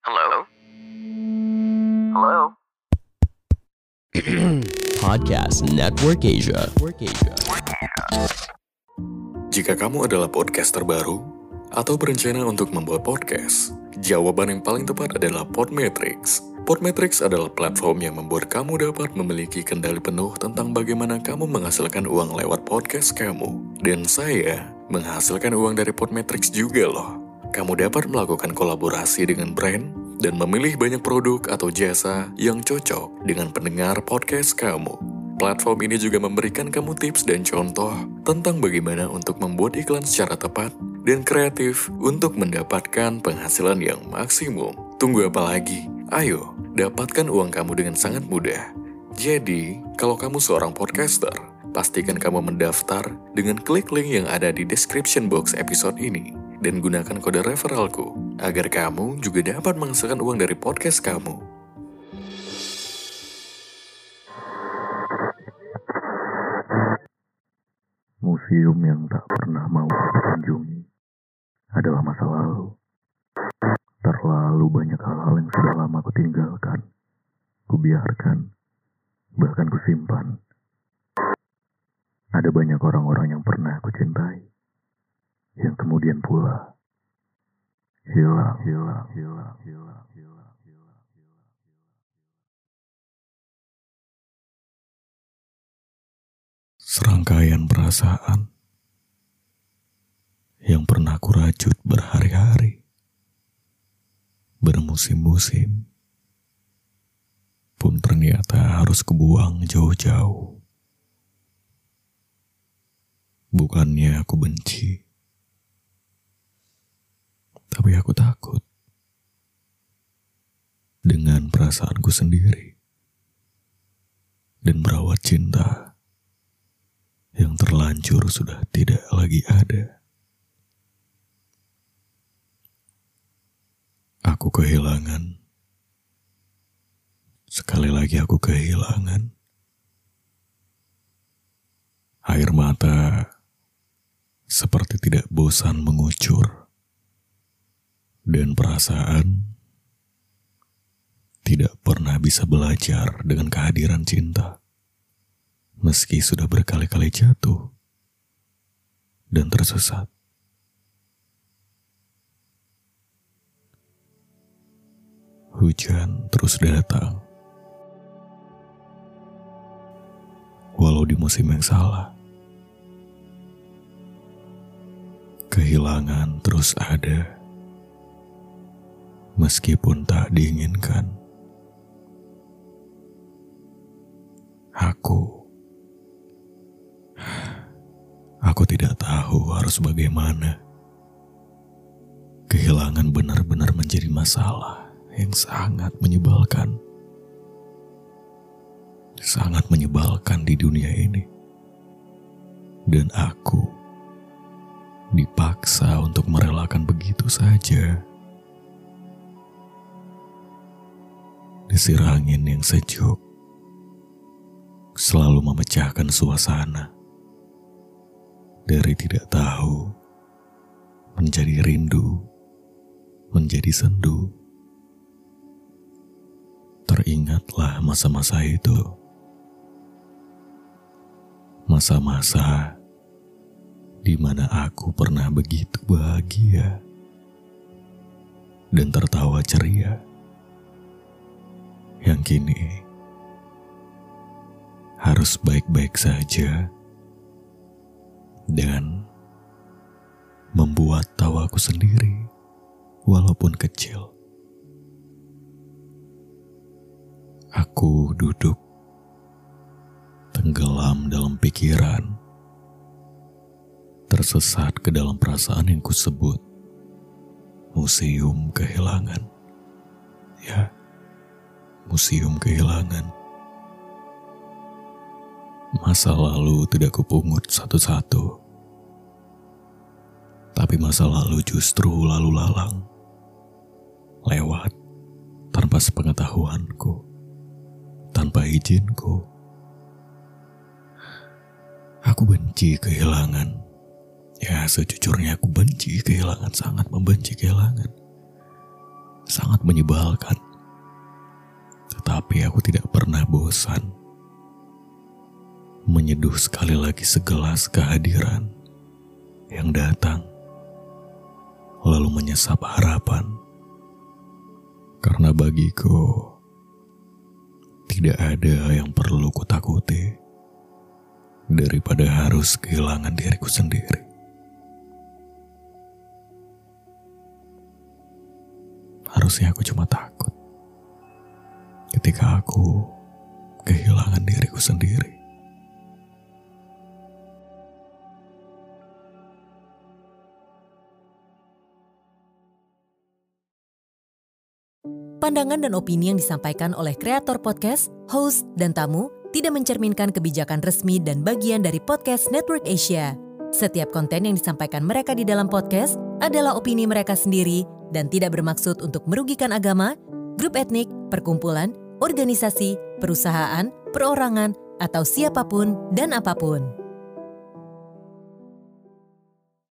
Halo? Halo? Podcast Network Asia. Jika kamu adalah podcaster baru atau berencana untuk membuat podcast, jawaban yang paling tepat adalah Podmetrics. Podmetrics adalah platform yang membuat kamu dapat memiliki kendali penuh tentang bagaimana kamu menghasilkan uang lewat podcast kamu. Dan saya menghasilkan uang dari Podmetrics juga loh. Kamu dapat melakukan kolaborasi dengan brand dan memilih banyak produk atau jasa yang cocok dengan pendengar podcast kamu. Platform ini juga memberikan kamu tips dan contoh tentang bagaimana untuk membuat iklan secara tepat dan kreatif untuk mendapatkan penghasilan yang maksimum. Tunggu apa lagi? Ayo, dapatkan uang kamu dengan sangat mudah. Jadi, kalau kamu seorang podcaster, pastikan kamu mendaftar dengan klik link yang ada di description box episode ini dan gunakan kode referralku agar kamu juga dapat menghasilkan uang dari podcast kamu. Museum yang tak pernah mau aku kunjungi adalah masa lalu. Terlalu banyak hal-hal yang sudah lama aku tinggalkan, kubiarkan, bahkan kusimpan. Ada banyak orang-orang yang pernah aku cintai, yang kemudian pula hilang. Serangkaian perasaan yang pernah ku rajut berhari-hari, bermusim-musim, pun ternyata harus kubuang jauh-jauh. Bukannya aku benci, tapi aku takut dengan perasaanku sendiri dan merawat cinta yang terlanjur sudah tidak lagi ada. Aku kehilangan. Sekali lagi aku kehilangan. Air mata seperti tidak bosan mengucur. Dan perasaan tidak pernah bisa belajar dengan kehadiran cinta. Meski sudah berkali-kali jatuh dan tersesat. Hujan terus datang. Walau di musim yang salah. Kehilangan terus ada. Meskipun tak diinginkan. Aku tidak tahu harus bagaimana. Kehilangan benar-benar menjadi masalah yang sangat menyebalkan. Sangat menyebalkan di dunia ini. Dan aku dipaksa untuk merelakan begitu saja. Desir angin yang sejuk selalu memecahkan suasana. Dari tidak tahu menjadi rindu, menjadi sendu. Teringatlah masa-masa itu. Masa-masa di mana aku pernah begitu bahagia dan tertawa ceria. Yang kini harus baik-baik saja dan membuat tawaku sendiri walaupun kecil. Aku duduk tenggelam dalam pikiran, tersesat ke dalam perasaan yang kusebut museum kehilangan. Ya, museum kehilangan. Masa lalu tidak kupungut satu-satu. Tapi masa lalu justru lalu lalang. Lewat tanpa sepengetahuanku. Tanpa izinku. Aku benci kehilangan. Ya, sejujurnya aku benci kehilangan, sangat membenci kehilangan. sangat menyebalkan. Tetapi aku tidak pernah bosan menyeduh sekali lagi segelas kehadiran yang datang, lalu menyesap harapan. Karena bagiku, tidak ada yang perlu kutakuti daripada harus kehilangan diriku sendiri. Harusnya aku cuma takut ketika aku kehilangan diriku sendiri. Pandangan dan opini yang disampaikan oleh kreator podcast, host, dan tamu tidak mencerminkan kebijakan resmi dan bagian dari podcast Network Asia. Setiap konten yang disampaikan mereka di dalam podcast adalah opini mereka sendiri dan tidak bermaksud untuk merugikan agama, grup etnik, perkumpulan, organisasi, perusahaan, perorangan, atau siapapun dan apapun.